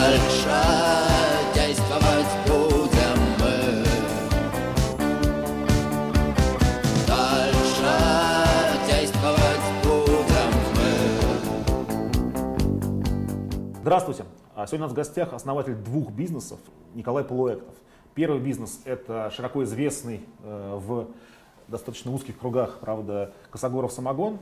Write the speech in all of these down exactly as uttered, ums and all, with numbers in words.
Дальше действовать будем мы. Дальше действовать будем мы. Здравствуйте. Сегодня у нас в гостях основатель двух бизнесов Николай Полуэктов. Первый бизнес – это широко известный э, в достаточно узких кругах, правда, Косогоров самогон.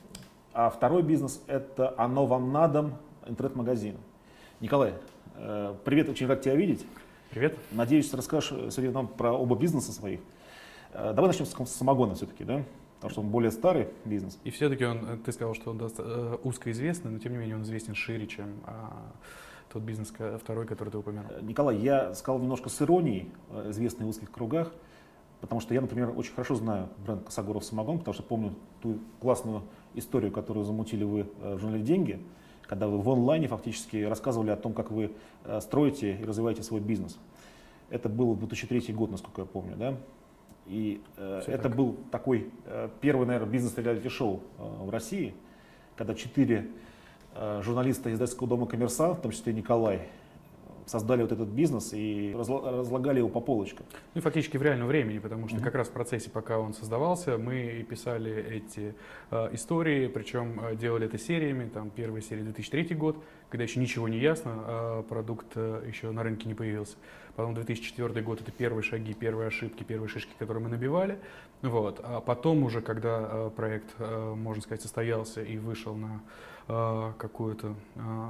А второй бизнес – это «Оно вам на дом» интернет-магазин. Николай, э, привет, очень рад тебя видеть. Привет. Надеюсь, ты расскажешь сегодня нам про оба бизнеса своих. Э, давай начнем с самогона все-таки, да? Потому что он более старый бизнес. И все-таки он, ты сказал, что он э, узкоизвестный, но тем не менее он известен шире, чем а, тот бизнес второй, который ты упомянул. Николай, я сказал немножко с иронией, известный в узких кругах, потому что я, например, очень хорошо знаю бренд Косогоров самогон, потому что помню ту классную историю, которую замутили вы в журнале «Деньги», когда вы в онлайне фактически рассказывали о том, как вы строите и развиваете свой бизнес. Это был две тысячи третий год, насколько я помню, да? И э, это так. был такой э, первый, наверное, бизнес-реалити-шоу э, в России, когда четыре э, журналиста издательского дома «Коммерсант», в том числе Николай, создали вот этот бизнес и разлагали его по полочкам. Ну и фактически в реальном времени, потому что mm-hmm. как раз в процессе, пока он создавался, мы писали эти э, истории, причем э, делали это сериями. Там первая серия две тысячи третий год, когда еще ничего не ясно, э, продукт э, еще на рынке не появился. Потом две тысячи четвёртый год — это первые шаги, первые ошибки, первые шишки, которые мы набивали. Вот. А потом уже, когда э, проект, э, можно сказать, состоялся и вышел на э, какую-то э,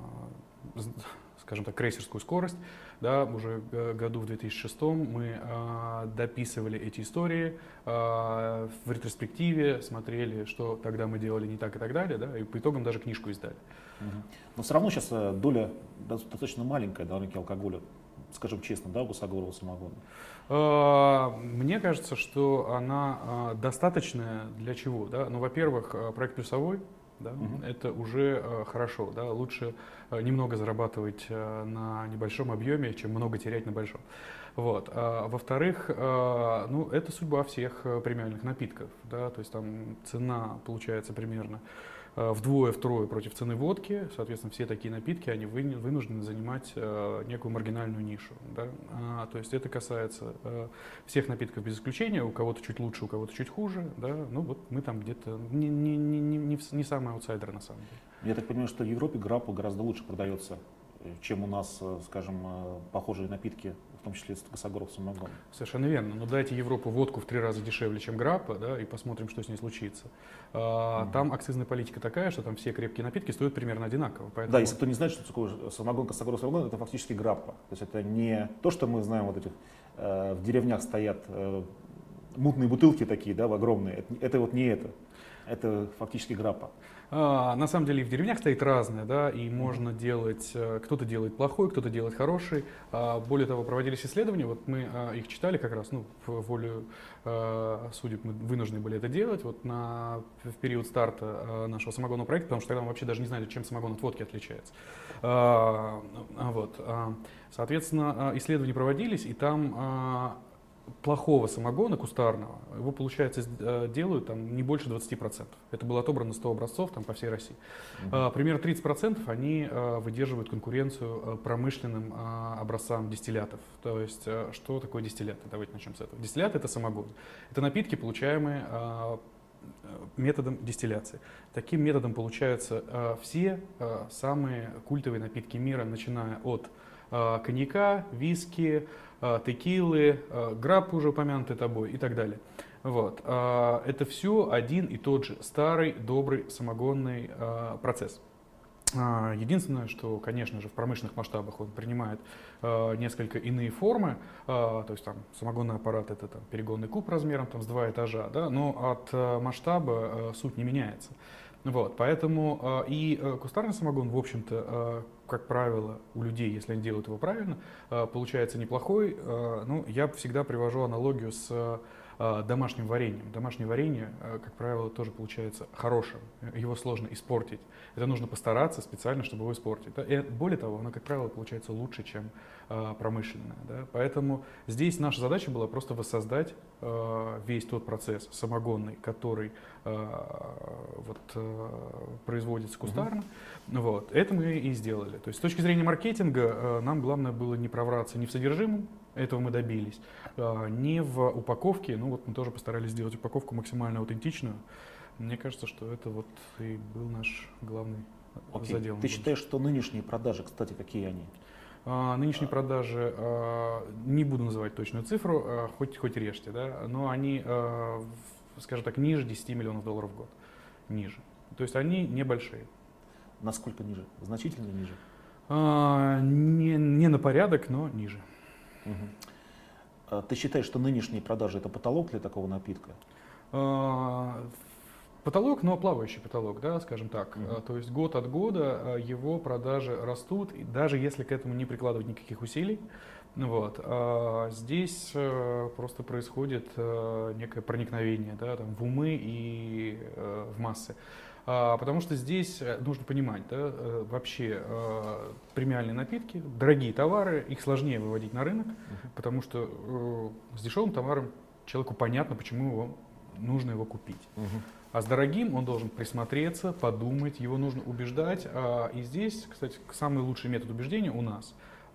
скажем так, крейсерскую скорость, да, уже году в две тысячи шестом мы э, дописывали эти истории, э, в ретроспективе смотрели, что тогда мы делали не так и так далее, да, и по итогам даже книжку издали. Угу. Но все равно сейчас доля достаточно маленькая на рынке алкоголя, скажем честно, да, у Косогорова самогона. Э, мне кажется, что она э, достаточная для чего, да, ну, во-первых, проект плюсовой. Да, uh-huh. Это уже э, хорошо, да, лучше э, немного зарабатывать э, на небольшом объеме, чем много терять на большом. Вот. А, во-вторых, э, ну, это судьба всех э, премиальных напитков, да, то есть там цена получается примерно э, вдвое-втрое против цены водки, соответственно, все такие напитки, они вы, вынуждены занимать э, некую маргинальную нишу, да, а, то есть это касается э, всех напитков без исключения, у кого-то чуть лучше, у кого-то чуть хуже, да, ну вот мы там где-то не, не, не, не, не самый аутсайдер на самом деле. Я так понимаю, что в Европе граппа гораздо лучше продается, чем у нас, скажем, похожие напитки, в том числе Косогоров самогон. Совершенно верно. Но дайте Европу водку в три раза дешевле, чем граппа, да, и посмотрим, что с ней случится. А, mm-hmm. Там акцизная политика такая, что там все крепкие напитки стоят примерно одинаково. Поэтому... Да, если кто не знает, что такое самогон, Косогоров самогон, это фактически граппа. То есть это не то, что мы знаем, вот этих э, в деревнях стоят э, мутные бутылки такие, да, огромные. Это, это вот не это. Это фактически граппа. А, на самом деле и в деревнях стоит разное, да, и можно mm-hmm. делать, кто-то делает плохой, кто-то делает хороший. А, более того, проводились исследования, вот мы а, их читали как раз, ну, в волю а, судеб мы вынуждены были это делать, вот на, в период старта а, нашего самогонного проекта, потому что тогда мы вообще даже не знали, чем самогон от водки отличается. А, вот, а, соответственно, исследования проводились, и там а, плохого самогона кустарного, его, получается, делают там не больше двадцати процентов. Это было отобрано сто образцов там, по всей России. Mm-hmm. Примерно тридцать процентов они выдерживают конкуренцию промышленным образцам дистиллятов. То есть, что такое дистилляты? Давайте начнем с этого. Дистиллят — это самогон. Это напитки, получаемые методом дистилляции. Таким методом получаются все самые культовые напитки мира, начиная от коньяка, виски, текилы, граппы, уже упомянутые тобой, и так далее. Вот. Это все один и тот же старый, добрый самогонный процесс. Единственное, что, конечно же, в промышленных масштабах он принимает несколько иные формы, то есть там самогонный аппарат — это там, перегонный куб размером там, с два этажа, да, но от масштаба суть не меняется. Вот, поэтому и кустарный самогон, в общем-то, как правило, у людей, если они делают его правильно, получается неплохой. Ну, я всегда привожу аналогию с э, домашним вареньем. Домашнее варенье, э, как правило, тоже получается хорошим. Его сложно испортить. Это нужно постараться специально, чтобы его испортить. Да? И более того, оно, как правило, получается лучше, чем э, промышленное. Да? Поэтому здесь наша задача была просто воссоздать э, весь тот процесс самогонный, который э, вот, э, производится кустарно. Uh-huh. Вот. Это мы и сделали. То есть с точки зрения маркетинга э, нам главное было не провраться ни в содержимом, этого мы добились, э, ни в упаковке. Ну вот мы тоже постарались сделать упаковку максимально аутентичную. Мне кажется, что это вот и был наш главный Окей. задел. Ты считаешь, что нынешние продажи, кстати, какие они? А, нынешние продажи, а, не буду называть точную цифру, а, хоть, хоть режьте, да, но они, а, в, скажем так, ниже десяти миллионов долларов в год. Ниже. То есть они небольшие. Насколько ниже? Значительно ниже? А, не, не на порядок, но ниже. Угу. Ты считаешь, что нынешние продажи это потолок для такого напитка? А, Потолок, но плавающий потолок, да, скажем так. Uh-huh. То есть год от года его продажи растут, и даже если к этому не прикладывать никаких усилий. Вот. А здесь просто происходит некое проникновение, да, там, в умы и в массы. А, потому что здесь нужно понимать, да, вообще премиальные напитки, дорогие товары, их сложнее выводить на рынок, uh-huh. потому что с дешевым товаром человеку понятно, почему его, нужно его купить. Uh-huh. А с дорогим он должен присмотреться, подумать, его нужно убеждать. И здесь, кстати, самый лучший метод убеждения у нас –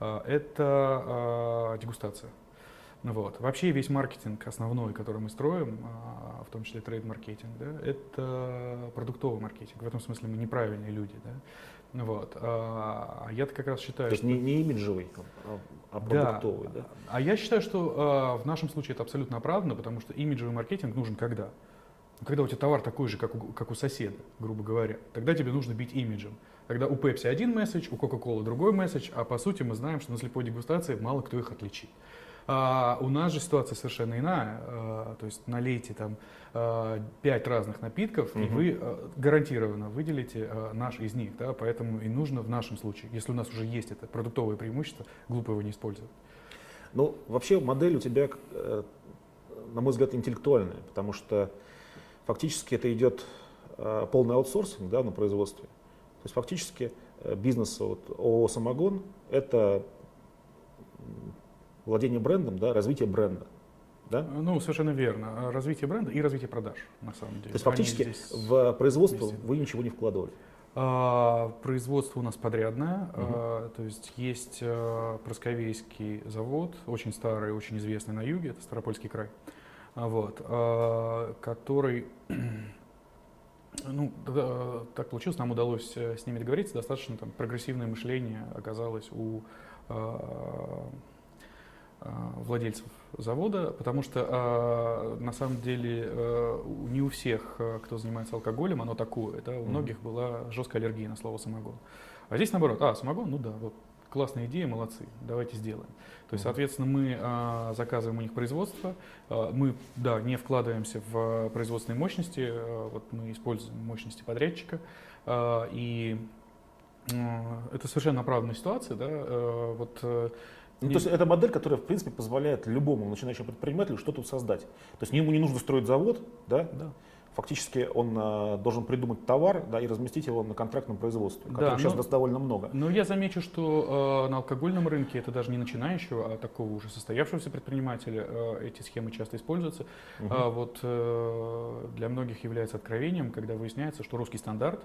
это дегустация. Вот. Вообще весь маркетинг основной, который мы строим, в том числе трейд-маркетинг, да, это продуктовый маркетинг. В этом смысле мы неправильные люди. Да? Вот. А я-то как раз считаю, То есть что... не, не имиджевый, а продуктовый. Да. Да. А я считаю, что в нашем случае это абсолютно оправдано, потому что имиджевый маркетинг нужен когда? Когда у тебя товар такой же, как у, как у соседа, грубо говоря, тогда тебе нужно бить имиджем. Тогда у Pepsi один месседж, у Coca-Cola другой месседж, а по сути мы знаем, что на слепой дегустации мало кто их отличит. А у нас же ситуация совершенно иная. А, то есть налейте там а, пять разных напитков, угу. и вы а, гарантированно выделите а, наш из них. Да? Поэтому и нужно в нашем случае, если у нас уже есть это продуктовое преимущество, глупо его не использовать. Ну, вообще модель у тебя, на мой взгляд, интеллектуальная, потому что фактически это идет э, полный аутсорсинг, да, на производстве. То есть фактически э, бизнес вот, ООО «Самогон» — это владение брендом, да, развитие бренда. Да? Ну, совершенно верно. Развитие бренда и развитие продаж, на самом деле. То есть фактически в производство вместе. Вы ничего не вкладывали? А, производство у нас подрядное. Угу. А, то есть есть а, Просковейский завод, очень старый, очень известный на юге, это Ставропольский край. Вот, который, ну, так получилось, нам удалось с ними договориться, достаточно там прогрессивное мышление оказалось у владельцев завода, потому что на самом деле не у всех, кто занимается алкоголем, оно такое, да, у многих была жесткая аллергия на слово самогон. А здесь наоборот, а, самогон, ну да, вот. Классная идея, молодцы, давайте сделаем. То есть, соответственно, мы а, заказываем у них производство, а, мы, да, не вкладываемся в производственные мощности, а, вот мы используем мощности подрядчика, а, и а, это совершенно оправданная ситуация, да, а, вот. Ну, то есть это модель, которая, в принципе, позволяет любому начинающему предпринимателю что-то создать. То есть ему не нужно строить завод, да? Да. Фактически он а, должен придумать товар, да, и разместить его на контрактном производстве, которых да, сейчас но, довольно много. Но я замечу, что э, на алкогольном рынке это даже не начинающего, а такого уже состоявшегося предпринимателя э, эти схемы часто используются. Угу. А вот э, для многих является откровением, когда выясняется, что русский стандарт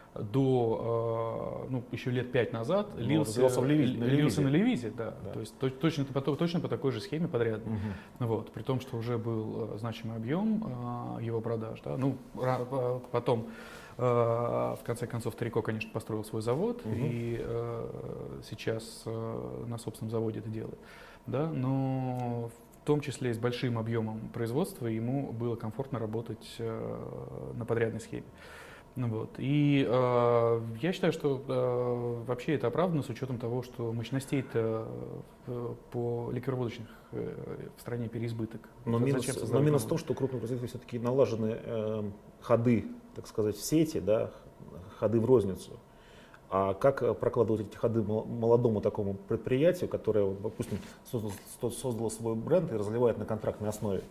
до, ну, еще лет пять назад ну, лился, в Левизе, на лился на Левизе, да. Да. То есть то, точно, точно по такой же схеме подрядной. Угу. Вот, при том, что уже был значимый объем его продаж. Да. Ну, потом, в конце концов, Тарико, конечно, построил свой завод, угу. и сейчас на собственном заводе это делает. Да. Но в том числе и с большим объемом производства ему было комфортно работать на подрядной схеме. Ну вот. И э, я считаю, что э, вообще это оправдано с учетом того, что мощностей-то э, по ликероводочных э, в стране переизбыток. Но минус, но минус в том, что крупные производители все-таки налажены э, ходы, так сказать, в сети, да, ходы в розницу. А как прокладывать эти ходы молодому такому предприятию, которое, допустим, создало свой бренд и разливает на контрактной основе?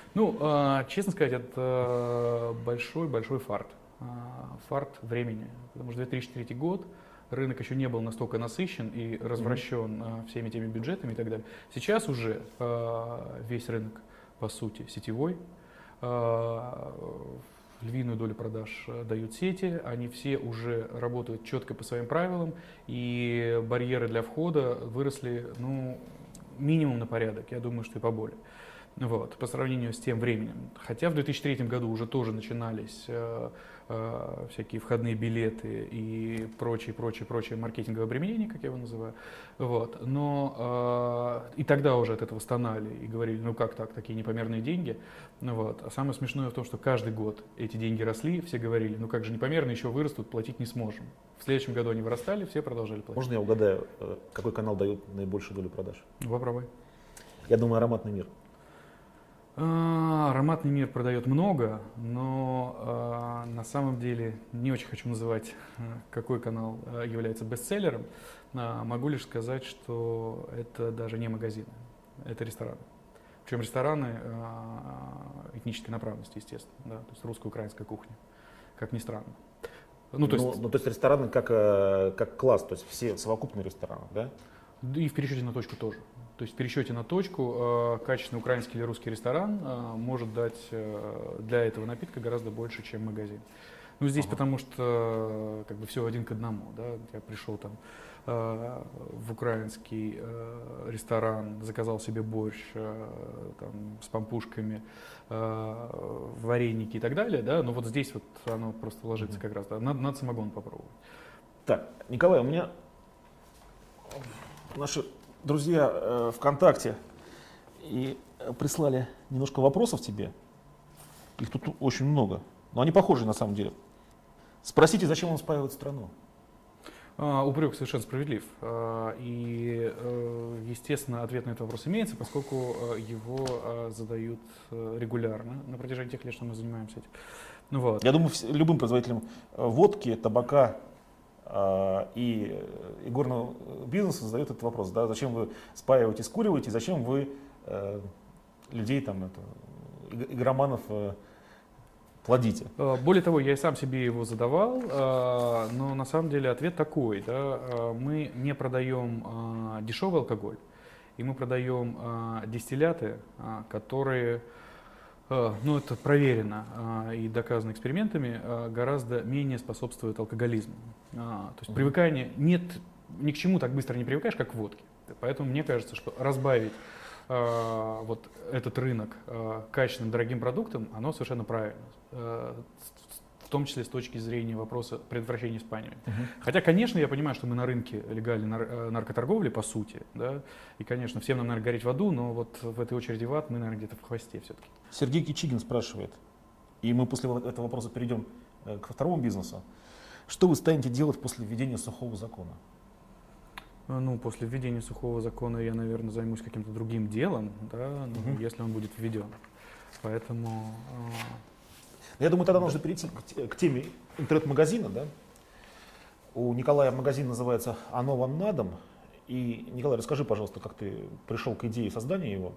Ну, э, честно сказать, это большой-большой фарт. Э, фарт времени. Потому что две тысячи третий год, рынок еще не был настолько насыщен и развращен э, всеми теми бюджетами и так далее. Сейчас уже э, весь рынок, по сути, сетевой. Э, львиную долю продаж дают сети, они все уже работают четко по своим правилам, и барьеры для входа выросли, ну, минимум на порядок, я думаю, что и поболее. Вот, по сравнению с тем временем. Хотя в две тысячи третьем году уже тоже начинались э, э, всякие входные билеты и прочие, прочие, прочие маркетинговые обременения, как я его называю. Вот. Но э, и тогда уже от этого стонали и говорили, ну как так, такие непомерные деньги. Вот. А самое смешное в том, что каждый год эти деньги росли, все говорили, ну как же непомерно еще вырастут, платить не сможем. В следующем году они вырастали, все продолжали платить. Можно я угадаю, какой канал дает наибольшую долю продаж? Попробуй. Я думаю, «Ароматный мир». Ароматный мир продает много, но э, на самом деле не очень хочу называть, э, какой канал э, является бестселлером. Э, могу лишь сказать, что это даже не магазины, это рестораны. Причем рестораны э, этнической направленности, естественно, да, то есть русско-украинская кухня, как ни странно. Ну, то есть, ну, ну, то есть рестораны как, как класс, то есть все совокупные рестораны, да? И в пересчете на точку тоже. То есть в пересчете на точку э, качественный украинский или русский ресторан э, может дать э, для этого напитка гораздо больше, чем магазин. Ну здесь ага. потому что э, как бы все один к одному. Да? Я пришел там э, в украинский э, ресторан, заказал себе борщ э, там, с пампушками, э, вареники и так далее. Да? Но вот здесь вот оно просто ложится mm-hmm. как раз. Да? Надо, надо самогон попробовать. Так, Николай, у меня наши друзья э, ВКонтакте и прислали немножко вопросов тебе. Их тут очень много, но они похожи на самом деле. Спросите, зачем он спаивает страну? А, упрек совершенно справедлив. А, и, естественно, ответ на этот вопрос имеется, поскольку его задают регулярно на протяжении тех лет, что мы занимаемся этим. Ну, вот. Я думаю, любым производителям водки, табака и игорного бизнеса задают этот вопрос, да, зачем вы спаиваете, скуриваете, зачем вы э, людей, там, это, игроманов э, плодите. Более того, я и сам себе его задавал, но на самом деле ответ такой, да, мы не продаем дешевый алкоголь, и мы продаем дистилляты, которые, ну, это проверено и доказано экспериментами, гораздо менее способствуют алкоголизму. То есть привыкание, нет, ни к чему так быстро не привыкаешь, как к водке. Поэтому мне кажется, что разбавить вот этот рынок качественным, дорогим продуктом, оно совершенно правильно. В том числе с точки зрения вопроса предотвращения спаивания. Uh-huh. Хотя, конечно, я понимаю, что мы на рынке легальной нар- наркоторговли, по сути, да, и, конечно, всем нам, наверное, гореть в аду, но вот в этой очереди в ад мы, наверное, где-то в хвосте все-таки. Сергей Кичигин спрашивает, и мы после этого вопроса перейдем к второму бизнесу. Что вы станете делать после введения сухого закона? Ну, после введения сухого закона я, наверное, займусь каким-то другим делом, да, ну, uh-huh. если он будет введен. Поэтому... Я думаю, тогда нужно перейти к теме интернет-магазина. Да? У Николая магазин называется «Оно вам на дом». И, Николай, расскажи, пожалуйста, как ты пришел к идее создания его?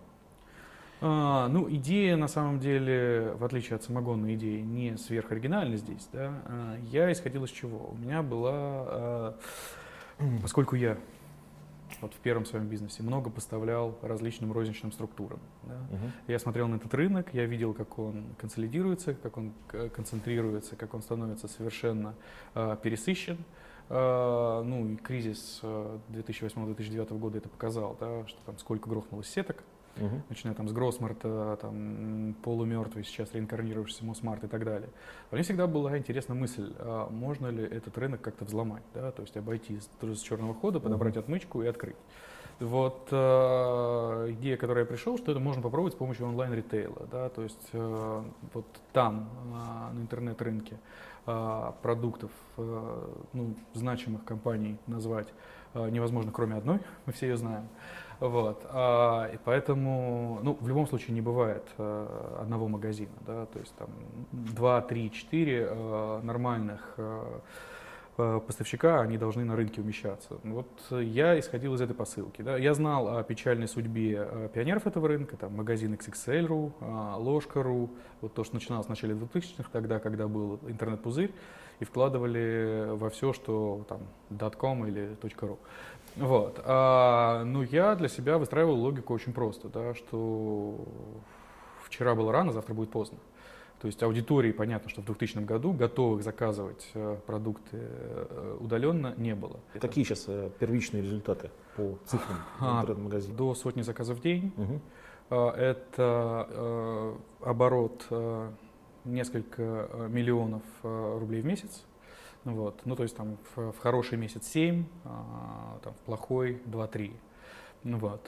А, ну, идея, на самом деле, в отличие от самогонной идеи, не сверхоригинальна здесь. Да? А, я исходил из чего? У меня была, а, поскольку я вот в первом своем бизнесе много поставлял различным розничным структурам. Да. Uh-huh. Я смотрел на этот рынок, я видел, как он консолидируется, как он концентрируется, как он становится совершенно э, пересыщен. Э, ну и кризис две тысячи восьмого — две тысячи девятого года это показал, да, что там сколько грохнулось сеток. Uh-huh. Начиная там с Гроссмарта, там, полумертвый, сейчас реинкарнирующийся Мосмарт и так далее. Мне всегда была интересна мысль, а можно ли этот рынок как-то взломать, да? То есть обойти тоже с черного хода, подобрать uh-huh. отмычку и открыть. Вот э, идея, к которой я пришел, что это можно попробовать с помощью онлайн-ритейла, да? То есть э, вот там, э, на интернет-рынке, э, продуктов, э, ну, значимых компаний назвать э, невозможно, кроме одной, мы все ее знаем. Вот, а, и поэтому, ну, в любом случае не бывает а, одного магазина, да, то есть там два, три, четыре а, нормальных а, поставщика, они должны на рынке умещаться. Вот я исходил из этой посылки. Да. Я знал о печальной судьбе пионеров этого рынка, там, магазин икс икс эль точка ру, ложка точка ру, вот то, что начиналось в начале двухтысячных, тогда, когда был интернет-пузырь, и вкладывали во все, что там .com или .ru. Вот. А, ну, я для себя выстраивал логику очень просто, да, что вчера было рано, завтра будет поздно. То есть аудитории, понятно, что в двухтысячном году готовых заказывать э, продукты э, удаленно не было. Какие сейчас э, первичные результаты по цифрам интернет-магазина? До сотни заказов в день. Угу. Э, это э, оборот э, несколько миллионов э, рублей в месяц. Вот. Ну, то есть там в, в хороший месяц семь, э, там, в плохой два-три. Вот.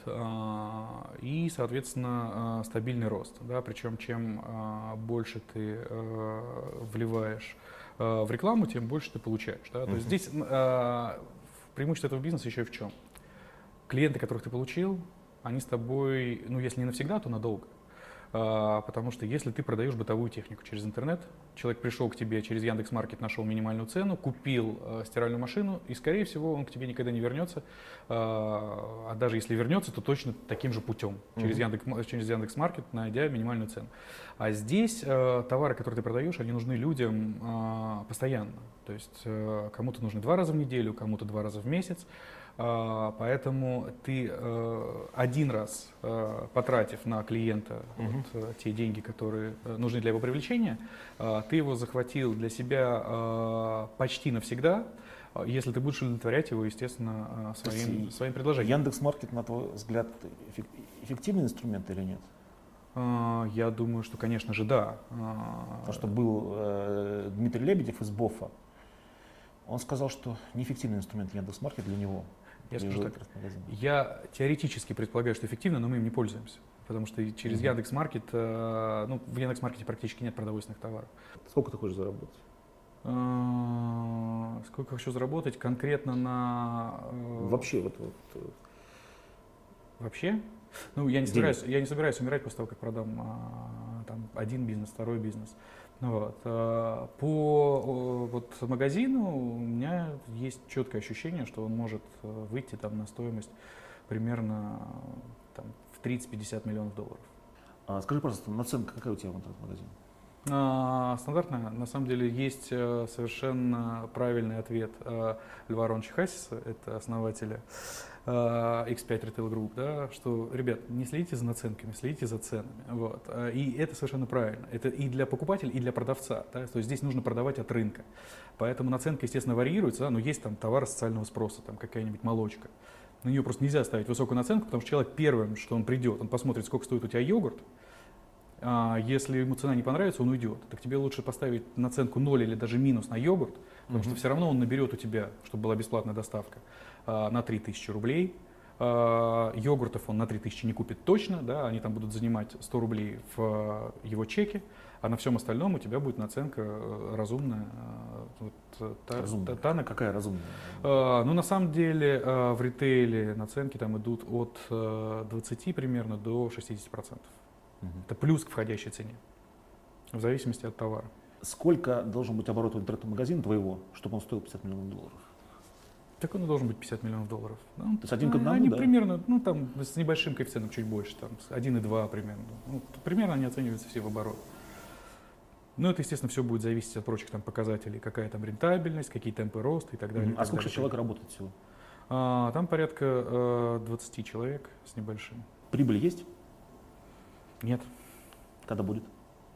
И, соответственно, стабильный рост. Да? Причем, чем больше ты вливаешь в рекламу, тем больше ты получаешь. Да? Uh-huh. То есть здесь преимущество этого бизнеса еще и в чем? Клиенты, которых ты получил, они с тобой, ну, если не навсегда, то надолго. Потому что если ты продаешь бытовую технику через интернет, человек пришел к тебе через Яндекс.Маркет, нашел минимальную цену, купил э, стиральную машину, и, скорее всего, он к тебе никогда не вернется. Э, а даже если вернется, то точно таким же путем, через, Яндекс, через Яндекс.Маркет, найдя минимальную цену. А здесь э, товары, которые ты продаешь, они нужны людям э, постоянно. То есть э, кому-то нужны два раза в неделю, кому-то два раза в месяц. Uh, поэтому ты uh, один раз, uh, потратив на клиента uh-huh. вот, uh, те деньги, которые uh, нужны для его привлечения, uh, ты его захватил для себя uh, почти навсегда, uh, если ты будешь удовлетворять его, естественно, uh, своим, своим предложением. Яндекс.Маркет, на твой взгляд, эффективный инструмент или нет? Uh, я думаю, что, конечно же, да. Uh, Потому что был uh, Дмитрий Лебедев из БОФа. Он сказал, что неэффективный инструмент Яндекс.Маркет для него. Я скажу так, я теоретически предполагаю, что эффективно, но мы им не пользуемся. Потому что через mm-hmm. Яндекс.Маркет, э, ну, в Яндекс.Маркете практически нет продовольственных товаров. Сколько ты хочешь заработать? Э, сколько хочу заработать конкретно на... Э, Вообще? Вот, вот. Вообще? Ну, я не, собираюсь, я не собираюсь умирать после того, как продам э, там, один бизнес, второй бизнес. Вот. По вот, магазину у меня есть четкое ощущение, что он может выйти там, на стоимость примерно там, в тридцать-пятьдесят миллионов долларов. А скажи, пожалуйста, наценка какая у тебя в интернет-магазине? А, стандартная. На самом деле есть совершенно правильный ответ Льва Ароновича Хасиса, это основателя икс пять Retail Group, да, что, ребят, не следите за наценками, следите за ценами. Вот. И это совершенно правильно. Это и для покупателя, и для продавца. Да, то есть здесь нужно продавать от рынка. Поэтому наценка, естественно, варьируется, да, но есть там товары социального спроса, там какая-нибудь молочка. На нее просто нельзя ставить высокую наценку, потому что человек первым, что он придет, он посмотрит, сколько стоит у тебя йогурт. А если ему цена не понравится, он уйдет. Так тебе лучше поставить наценку ноль или даже минус на йогурт, потому mm-hmm. что все равно он наберет у тебя, чтобы была бесплатная доставка, на три тысячи рублей. Йогуртов он на три тысячи не купит точно, да, они там будут занимать сто рублей в его чеке, а на всем остальном у тебя будет наценка разумная. Вот, та, разумная. Та, та, Какая разумная? Ну, на самом деле в ритейле наценки там идут от двадцати примерно до шестидесяти процентов. Угу. Это плюс к входящей цене, в зависимости от товара. Сколько должен быть оборот у интернет-магазина твоего, чтобы он стоил пятьдесят миллионов долларов? Так он и должен быть пятьдесят миллионов долларов. Ну, то есть один к одному, они да? примерно, ну там с небольшим коэффициентом чуть больше, там один и два примерно. Ну, примерно они оцениваются все в оборот. Но это, естественно, все будет зависеть от прочих там показателей, какая там рентабельность, какие темпы роста и так далее. Mm-hmm. А сколько человек работает всего? А, там порядка э, двадцати человек с небольшим. Прибыль есть? Нет. Когда будет?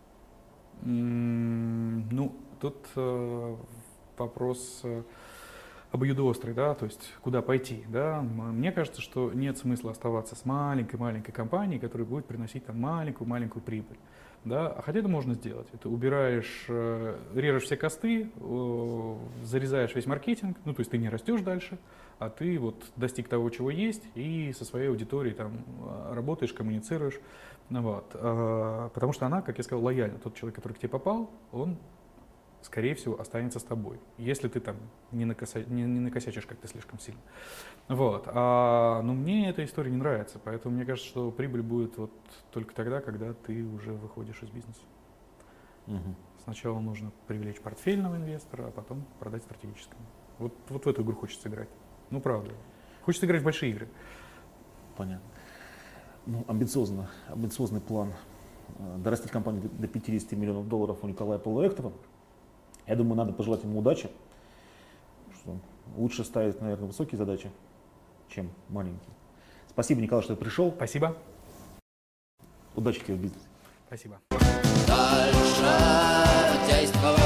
Mm, ну, тут э, вопрос... Э, обоюдоострый, да, то есть куда пойти, да. Мне кажется, что нет смысла оставаться с маленькой-маленькой компанией, которая будет приносить там маленькую-маленькую прибыль, да. Хотя это можно сделать. Это убираешь, режешь все косты, зарезаешь весь маркетинг, ну, то есть ты не растешь дальше, а ты вот достиг того, чего есть, и со своей аудиторией там работаешь, коммуницируешь, вот. Потому что она, как я сказал, лояльна. Тот человек, который к тебе попал, он скорее всего, останется с тобой, если ты там не, накося... не, не накосячишь как-то слишком сильно. Вот. А, но мне эта история не нравится, поэтому мне кажется, что прибыль будет вот только тогда, когда ты уже выходишь из бизнеса. Угу. Сначала нужно привлечь портфельного инвестора, а потом продать стратегическому. Вот, вот в эту игру хочется играть. Ну, правда. Хочется играть в большие игры. Понятно. Ну, амбициозно, амбициозный план э, дорастить компанию до, до пятидесяти миллионов долларов у Николая Полуэктова. Я думаю, надо пожелать ему удачи. Что лучше ставить, наверное, высокие задачи, чем маленькие. Спасибо, Николай, что ты пришел. Спасибо. Удачи тебе в бизнесе. Спасибо. Дальше действовать.